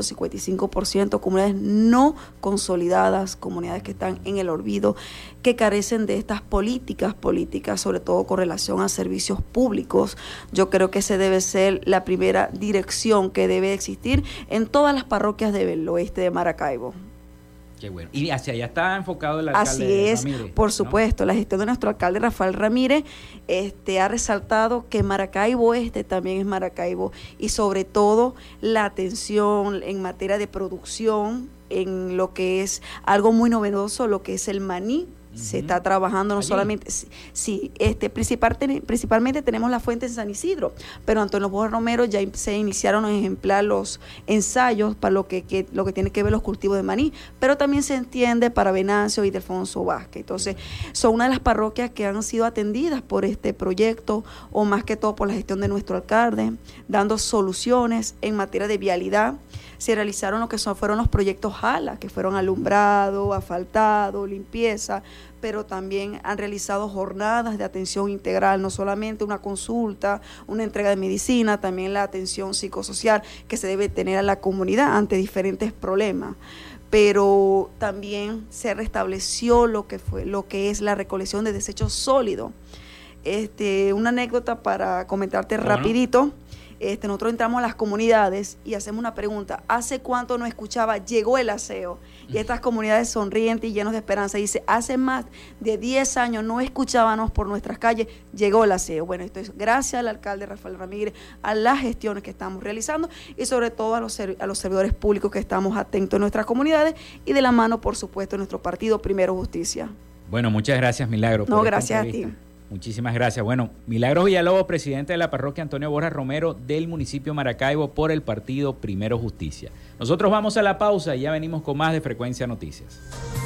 55% comunidades no consolidadas, comunidades que están en el olvido, que carecen de estas políticas, sobre todo con relación a servicios públicos. Yo creo que esa debe ser la primera dirección que debe existir en todas las parroquias del oeste de Maracaibo. Qué bueno. Y hacia allá está enfocado el alcalde Ramírez. Así es, por supuesto. ¿No? La gestión de nuestro alcalde Rafael Ramírez ha resaltado que Maracaibo Oeste también es Maracaibo, y sobre todo la atención en materia de producción, en lo que es algo muy novedoso, lo que es el maní. Se está trabajando no solamente, principalmente tenemos la fuente en San Isidro, pero Antonio Bojas Romero ya se iniciaron a ejemplar los ensayos para lo que tiene que ver los cultivos de maní, pero también se entiende para Venancio y Delfonso Vázquez. Entonces, son una de las parroquias que han sido atendidas por este proyecto, o más que todo por la gestión de nuestro alcalde, dando soluciones en materia de vialidad. Se realizaron lo que fueron los proyectos JALA, que fueron alumbrado, asfaltado, limpieza, pero también han realizado jornadas de atención integral, no solamente una consulta, una entrega de medicina, también la atención psicosocial que se debe tener a la comunidad ante diferentes problemas. Pero también se restableció lo que es la recolección de desechos sólidos. Una anécdota para comentarte rapidito. Nosotros entramos a las comunidades y hacemos una pregunta: ¿hace cuánto no escuchaba llegó el aseo? Y estas comunidades sonrientes y llenos de esperanza dice: hace más de 10 años no escuchábamos por nuestras calles, llegó el aseo. Bueno, esto es gracias al alcalde Rafael Ramírez, a las gestiones que estamos realizando y sobre todo a los servidores públicos que estamos atentos en nuestras comunidades, y de la mano, por supuesto, de nuestro partido Primero Justicia. Bueno, muchas gracias, Milagro. No, gracias a ti. Muchísimas gracias. Bueno, Milagros Villalobos, presidente de la parroquia Antonio Bojas Romero del municipio Maracaibo por el partido Primero Justicia. Nosotros vamos a la pausa y ya venimos con más de Frecuencia Noticias.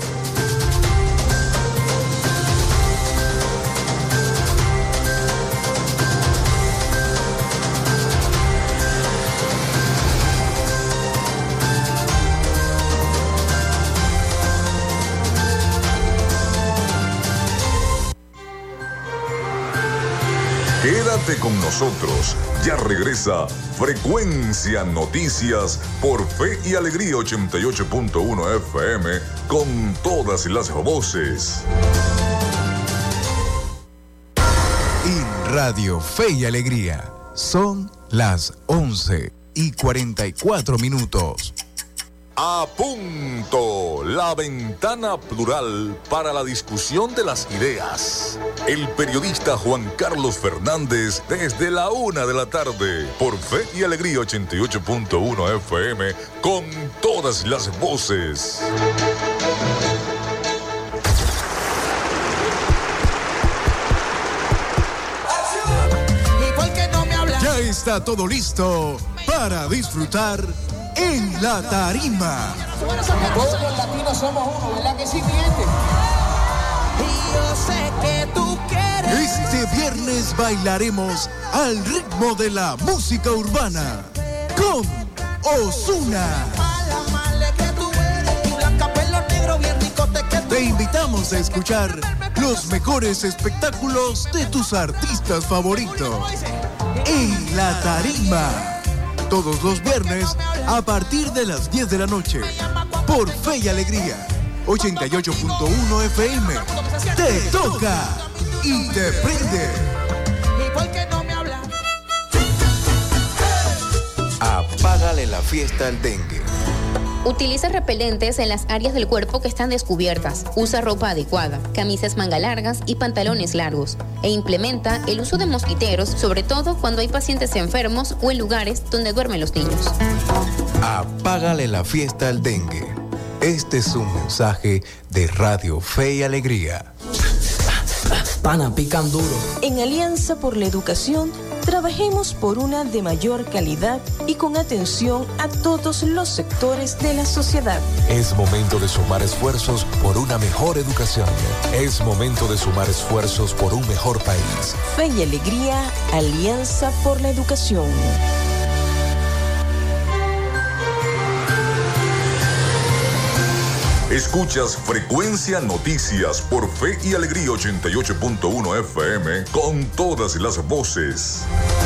Quédate con nosotros, ya regresa Frecuencia Noticias por Fe y Alegría 88.1 FM con todas las voces. En Radio Fe y Alegría Son las 11:44. A punto, la ventana plural para la discusión de las ideas. El periodista Juan Carlos Fernández desde la 1 de la tarde por Fe y Alegría 88.1 FM con todas las voces. Ya está todo listo para disfrutar en la tarima. Todos los latinos somos uno, ¿verdad que sí, cliente? Y yo sé que tú quieres. Este viernes bailaremos al ritmo de la música urbana con Ozuna. Te invitamos a escuchar los mejores espectáculos de tus artistas favoritos en la tarima. Todos los viernes a partir de las 10 de la noche por Fe y Alegría 88.1 FM. Te toca y te prende. Apágale la fiesta al dengue. Utiliza repelentes en las áreas del cuerpo que están descubiertas. Usa ropa adecuada, camisas manga largas y pantalones largos. E implementa el uso de mosquiteros, sobre todo cuando hay pacientes enfermos o en lugares donde duermen los niños. Apágale la fiesta al dengue. Este es un mensaje de Radio Fe y Alegría. Pana, pican duro. En Alianza por la Educación, trabajemos por una de mayor calidad y con atención a todos los sectores de la sociedad. Es momento de sumar esfuerzos por una mejor educación. Es momento de sumar esfuerzos por un mejor país. Fe y Alegría, Alianza por la Educación. Escuchas Frecuencia Noticias por Fe y Alegría 88.1 FM con todas las voces.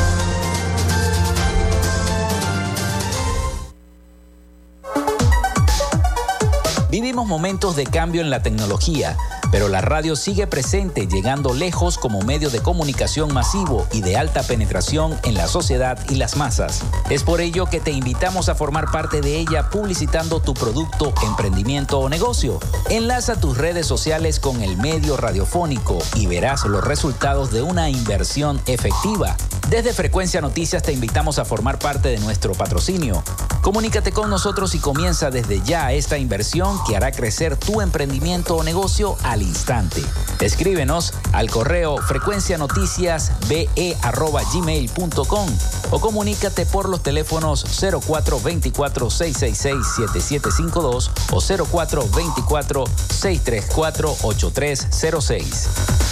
Vivimos momentos de cambio en la tecnología, pero la radio sigue presente, llegando lejos como medio de comunicación masivo y de alta penetración en la sociedad y las masas. Es por ello que te invitamos a formar parte de ella publicitando tu producto, emprendimiento o negocio. Enlaza tus redes sociales con el medio radiofónico y verás los resultados de una inversión efectiva. Desde Frecuencia Noticias te invitamos a formar parte de nuestro patrocinio. Comunícate con nosotros y comienza desde ya esta inversión que hará crecer tu emprendimiento o negocio al instante. Escríbenos al correo frecuencianoticiasbe@gmail.com o comunícate por los teléfonos 0424-666-7752 o 0424-634-8306.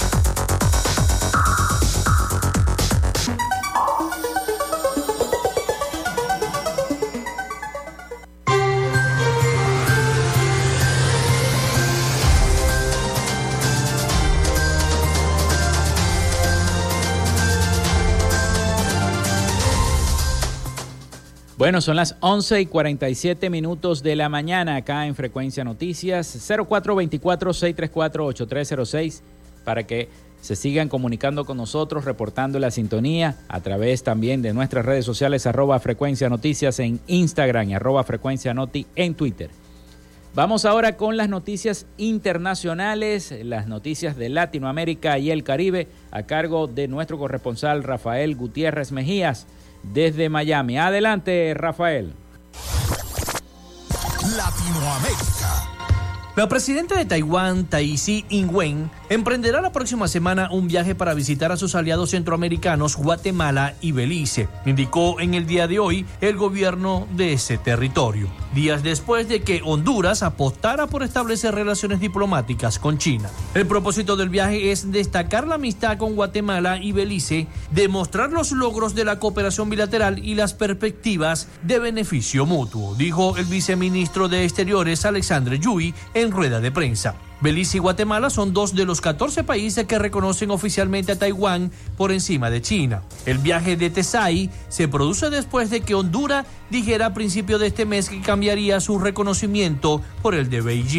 Bueno, son las 11:47 de la mañana acá en Frecuencia Noticias, 0424-634-8306, para que se sigan comunicando con nosotros, reportando la sintonía a través también de nuestras redes sociales, @Frecuencia Noticias en Instagram y @Frecuencia Noti en Twitter. Vamos ahora con las noticias internacionales, las noticias de Latinoamérica y el Caribe, a cargo de nuestro corresponsal Rafael Gutiérrez Mejías, desde Miami. Adelante, Rafael. Latinoamérica. La presidenta de Taiwán, Tsai Ing-wen, emprenderá la próxima semana un viaje para visitar a sus aliados centroamericanos Guatemala y Belice, indicó en el día de hoy el gobierno de ese territorio, días después de que Honduras apostara por establecer relaciones diplomáticas con China. El propósito del viaje es destacar la amistad con Guatemala y Belice, demostrar los logros de la cooperación bilateral y las perspectivas de beneficio mutuo, dijo el viceministro de Exteriores Alexandre Yui en rueda de prensa. Belice y Guatemala son dos de los 14 países que reconocen oficialmente a Taiwán por encima de China. El viaje de Tsai se produce después de que Honduras dijera a principios de este mes que cambiaría su reconocimiento por el de Beijing.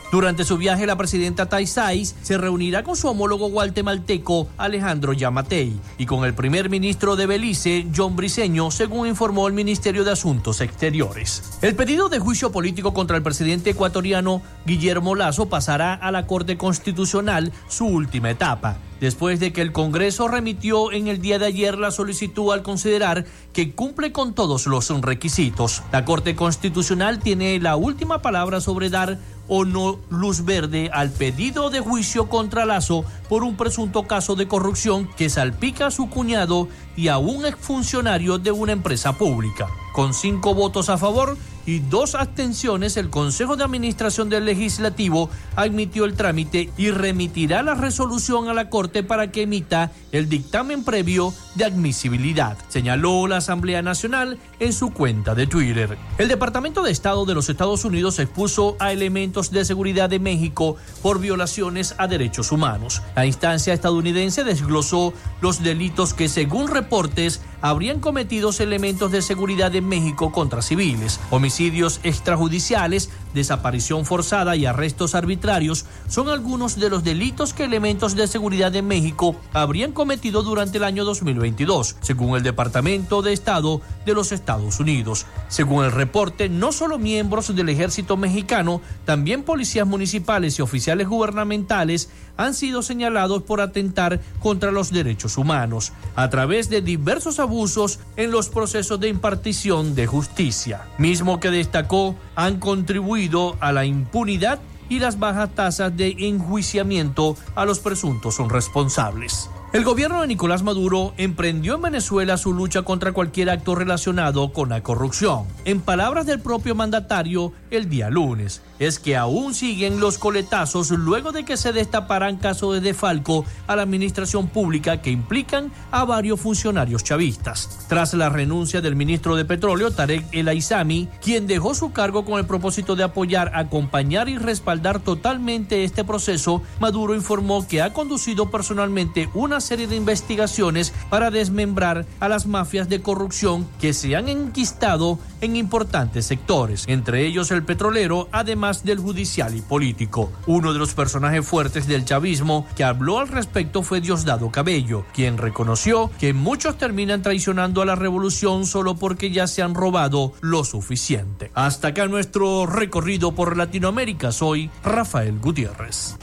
Durante su viaje, la presidenta Taisais se reunirá con su homólogo guatemalteco Alejandro Yamatei y con el primer ministro de Belice, John Briceño, según informó el Ministerio de Asuntos Exteriores. El pedido de juicio político contra el presidente ecuatoriano Guillermo Lasso pasará a la Corte Constitucional, su última etapa, después de que el Congreso remitió en el día de ayer la solicitud al considerar que cumple con todos los requisitos. La Corte Constitucional tiene la última palabra sobre dar o no luz verde al pedido de juicio contra Lasso por un presunto caso de corrupción que salpica a su cuñado y a un exfuncionario de una empresa pública. Con 5 votos a favor y 2 abstenciones, el Consejo de Administración del Legislativo admitió el trámite y remitirá la resolución a la Corte para que emita el dictamen previo de admisibilidad, señaló la Asamblea Nacional en su cuenta de Twitter. El Departamento de Estado de los Estados Unidos expuso a elementos de seguridad de México por violaciones a derechos humanos. La instancia estadounidense desglosó los delitos que, según reportes, habrían cometido elementos de seguridad de México contra civiles. Homicidios extrajudiciales, desaparición forzada y arrestos arbitrarios son algunos de los delitos que elementos de seguridad de México habrían cometido durante el año 2022, según el Departamento de Estado de los Estados Unidos. Según el reporte, no solo miembros del ejército mexicano, también policías municipales y oficiales gubernamentales han sido señalados por atentar contra los derechos humanos a través de diversos abusos en los procesos de impartición de justicia, mismo que destacó han contribuido a la impunidad y las bajas tasas de enjuiciamiento a los presuntos responsables. El gobierno de Nicolás Maduro emprendió en Venezuela su lucha contra cualquier acto relacionado con la corrupción. En palabras del propio mandatario el día lunes, es que aún siguen los coletazos luego de que se destaparan casos de desfalco a la administración pública que implican a varios funcionarios chavistas. Tras la renuncia del ministro de Petróleo, Tarek El Aissami, quien dejó su cargo con el propósito de apoyar, acompañar y respaldar totalmente este proceso, Maduro informó que ha conducido personalmente una serie de investigaciones para desmembrar a las mafias de corrupción que se han enquistado en importantes sectores, entre ellos el petrolero, además del judicial y político. Uno de los personajes fuertes del chavismo que habló al respecto fue Diosdado Cabello, quien reconoció que muchos terminan traicionando a la revolución solo porque ya se han robado lo suficiente. Hasta acá nuestro recorrido por Latinoamérica. Soy Rafael Gutiérrez.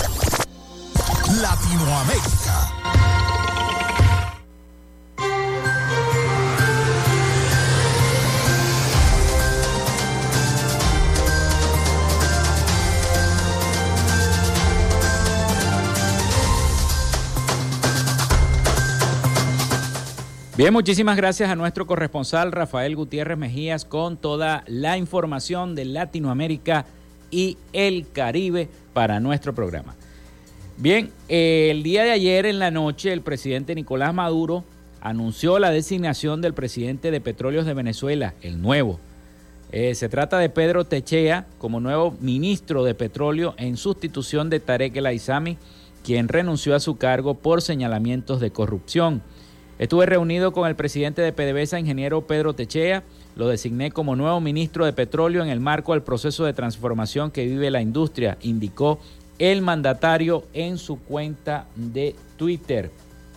Latinoamérica. Bien, muchísimas gracias a nuestro corresponsal Rafael Gutiérrez Mejías con toda la información de Latinoamérica y el Caribe para nuestro programa. Bien, el día de ayer en la noche el presidente Nicolás Maduro anunció la designación del presidente de Petróleos de Venezuela, el nuevo. Se trata de Pedro Techea como nuevo ministro de Petróleo en sustitución de Tarek El Aissami, quien renunció a su cargo por señalamientos de corrupción. Estuve reunido con el presidente de PDVSA, ingeniero Pedro Techea. Lo designé como nuevo ministro de Petróleo en el marco del proceso de transformación que vive la industria, indicó el mandatario en su cuenta de Twitter.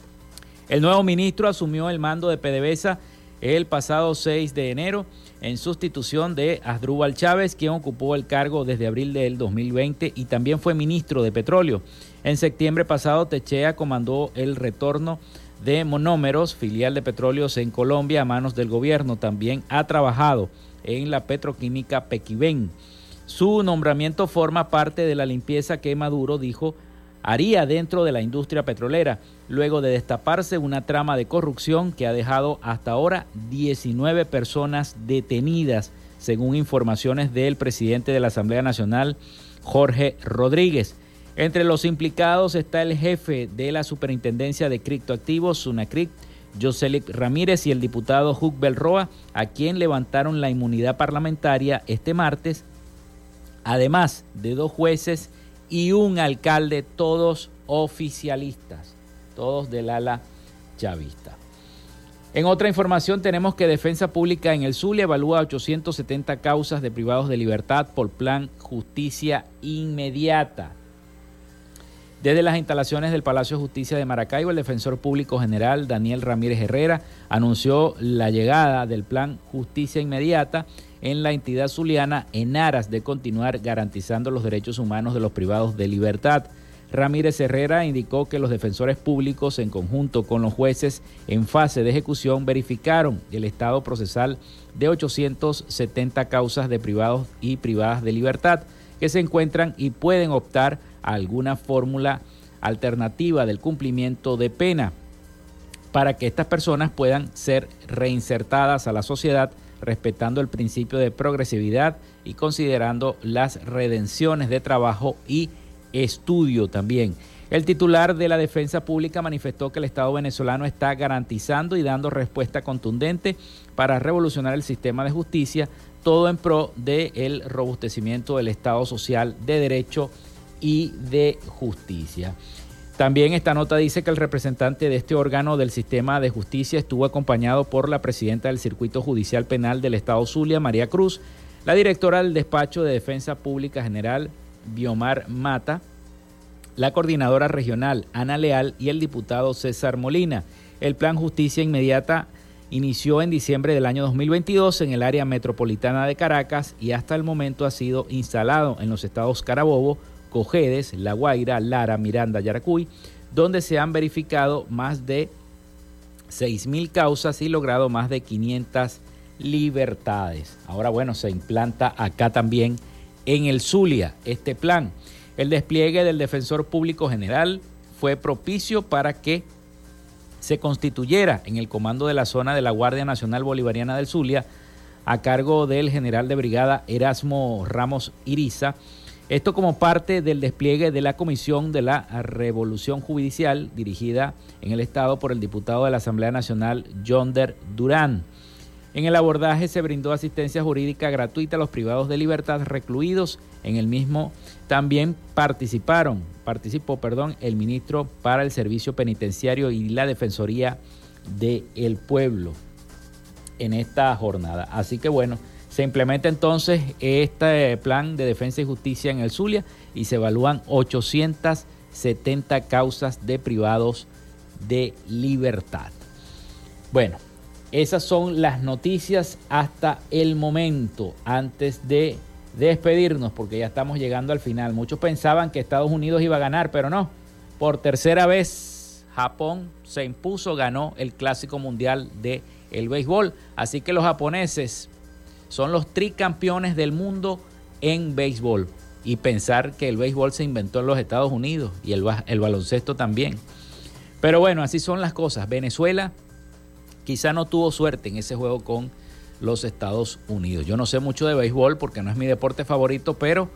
El nuevo ministro asumió el mando de PDVSA el pasado 6 de enero en sustitución de Asdrúbal Chávez, quien ocupó el cargo desde abril del 2020 y también fue ministro de Petróleo. En septiembre pasado, Techea comandó el retorno de Monómeros, filial de Petróleos en Colombia, a manos del gobierno. También ha trabajado en la petroquímica Pequibén. Su nombramiento forma parte de la limpieza que Maduro dijo haría dentro de la industria petrolera, luego de destaparse una trama de corrupción que ha dejado hasta ahora 19 personas detenidas, según informaciones del presidente de la Asamblea Nacional, Jorge Rodríguez. Entre los implicados está el jefe de la Superintendencia de Criptoactivos, Sunacrip, Joselic Ramírez, y el diputado Hug Belroa, a quien levantaron la inmunidad parlamentaria este martes, además de 2 jueces y un alcalde, todos oficialistas, todos del ala chavista. En otra información tenemos que Defensa Pública en el Zulia evalúa 870 causas de privados de libertad por plan Justicia Inmediata. Desde las instalaciones del Palacio de Justicia de Maracaibo, el Defensor Público General Daniel Ramírez Herrera anunció la llegada del plan Justicia Inmediata en la entidad zuliana en aras de continuar garantizando los derechos humanos de los privados de libertad. Ramírez Herrera indicó que los defensores públicos, en conjunto con los jueces en fase de ejecución, verificaron el estado procesal de 870 causas de privados y privadas de libertad que se encuentran y pueden optar a alguna fórmula alternativa del cumplimiento de pena para que estas personas puedan ser reinsertadas a la sociedad respetando el principio de progresividad y considerando las redenciones de trabajo y estudio también. El titular de la Defensa Pública manifestó que el Estado venezolano está garantizando y dando respuesta contundente para revolucionar el sistema de justicia, todo en pro del robustecimiento del Estado social de derecho y de justicia. También esta nota dice que el representante de este órgano del sistema de justicia estuvo acompañado por la presidenta del Circuito Judicial Penal del Estado Zulia, María Cruz, la directora del Despacho de Defensa Pública General, Biomar Mata, la coordinadora regional, Ana Leal, y el diputado César Molina. El plan Justicia Inmediata inició en diciembre del año 2022 en el área metropolitana de Caracas y hasta el momento ha sido instalado en los estados Carabobo, Cojedes, La Guaira, Lara, Miranda, Yaracuy, donde se han verificado más de 6.000 causas y logrado más de 500 libertades. Ahora, bueno, se implanta acá también en el Zulia este plan. El despliegue del Defensor Público General fue propicio para que se constituyera en el comando de la zona de la Guardia Nacional Bolivariana del Zulia a cargo del general de brigada Erasmo Ramos Iriza. Esto como parte del despliegue de la Comisión de la Revolución Judicial dirigida en el Estado por el diputado de la Asamblea Nacional, Yonder Durán. En el abordaje se brindó asistencia jurídica gratuita a los privados de libertad recluidos. En el mismo también participó el ministro para el Servicio Penitenciario y la Defensoría del Pueblo en esta jornada. Así que bueno, se implementa entonces este plan de defensa y justicia en el Zulia y se evalúan 870 causas de privados de libertad. Bueno, esas son las noticias hasta el momento, antes de despedirnos, porque ya estamos llegando al final. Muchos pensaban que Estados Unidos iba a ganar, pero no. Por tercera vez, Japón se impuso, ganó el Clásico Mundial del Béisbol. Así que los japoneses son los tricampeones del mundo en béisbol. Y pensar que el béisbol se inventó en los Estados Unidos y el baloncesto también. Pero bueno, así son las cosas. Venezuela quizá no tuvo suerte en ese juego con los Estados Unidos. Yo no sé mucho de béisbol porque no es mi deporte favorito, pero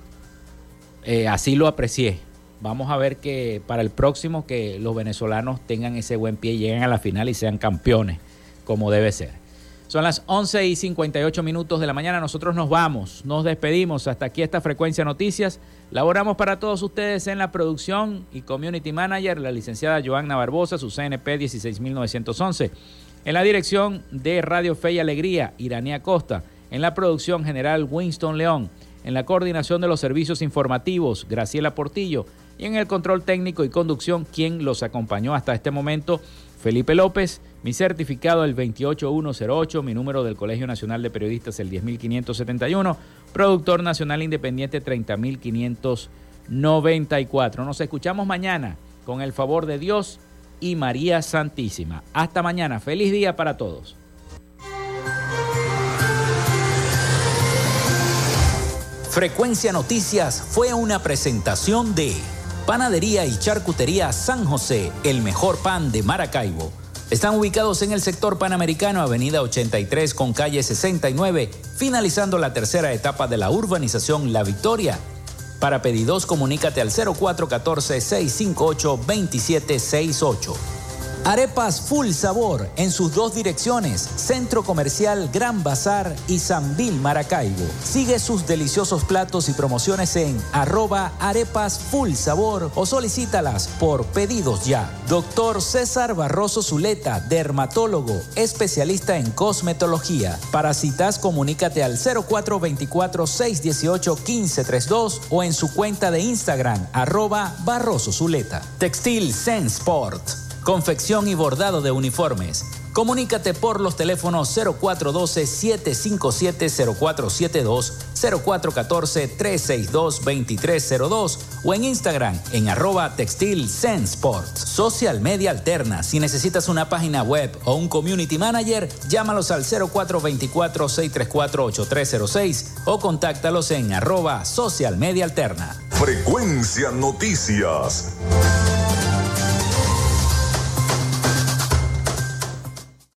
así lo aprecié. Vamos a ver que para el próximo que los venezolanos tengan ese buen pie, lleguen a la final y sean campeones como debe ser. Son las 11:58 de la mañana. Nosotros nos vamos, nos despedimos. Hasta aquí esta Frecuencia Noticias. Laboramos para todos ustedes en la producción y Community Manager, la licenciada Joanna Barbosa, su CNP 16911. En la dirección de Radio Fe y Alegría, Iranía Costa. En la producción general, Winston León. En la coordinación de los servicios informativos, Graciela Portillo. Y en el control técnico y conducción, quien los acompañó hasta este momento, Felipe López. Mi certificado el 28108, mi número del Colegio Nacional de Periodistas el 10571, productor nacional independiente 30594. Nos escuchamos mañana con el favor de Dios y María Santísima. Hasta mañana. Feliz día para todos. Frecuencia Noticias fue una presentación de Panadería y Charcutería San José, el mejor pan de Maracaibo. Están ubicados en el sector Panamericano, avenida 83 con calle 69, finalizando la tercera etapa de la urbanización La Victoria. Para pedidos, comunícate al 0414-658-2768. Arepas Full Sabor en sus 2 direcciones, Centro Comercial Gran Bazar y Sambil Maracaibo. Sigue sus deliciosos platos y promociones en @Arepas Full Sabor o solicítalas por pedidos ya. Doctor César Barroso Zuleta, dermatólogo, especialista en cosmetología. Para citas, comunícate al 0424-618-1532 o en su cuenta de Instagram, @Barroso Zuleta. Textil Sensport, confección y bordado de uniformes. Comunícate por los teléfonos 0412-757-0472, 0414-362-2302 o en Instagram en @textilsensport. Social Media Alterna. Si necesitas una página web o un community manager, llámalos al 0424-634-8306 o contáctalos en @socialmediaalterna. Frecuencia Noticias.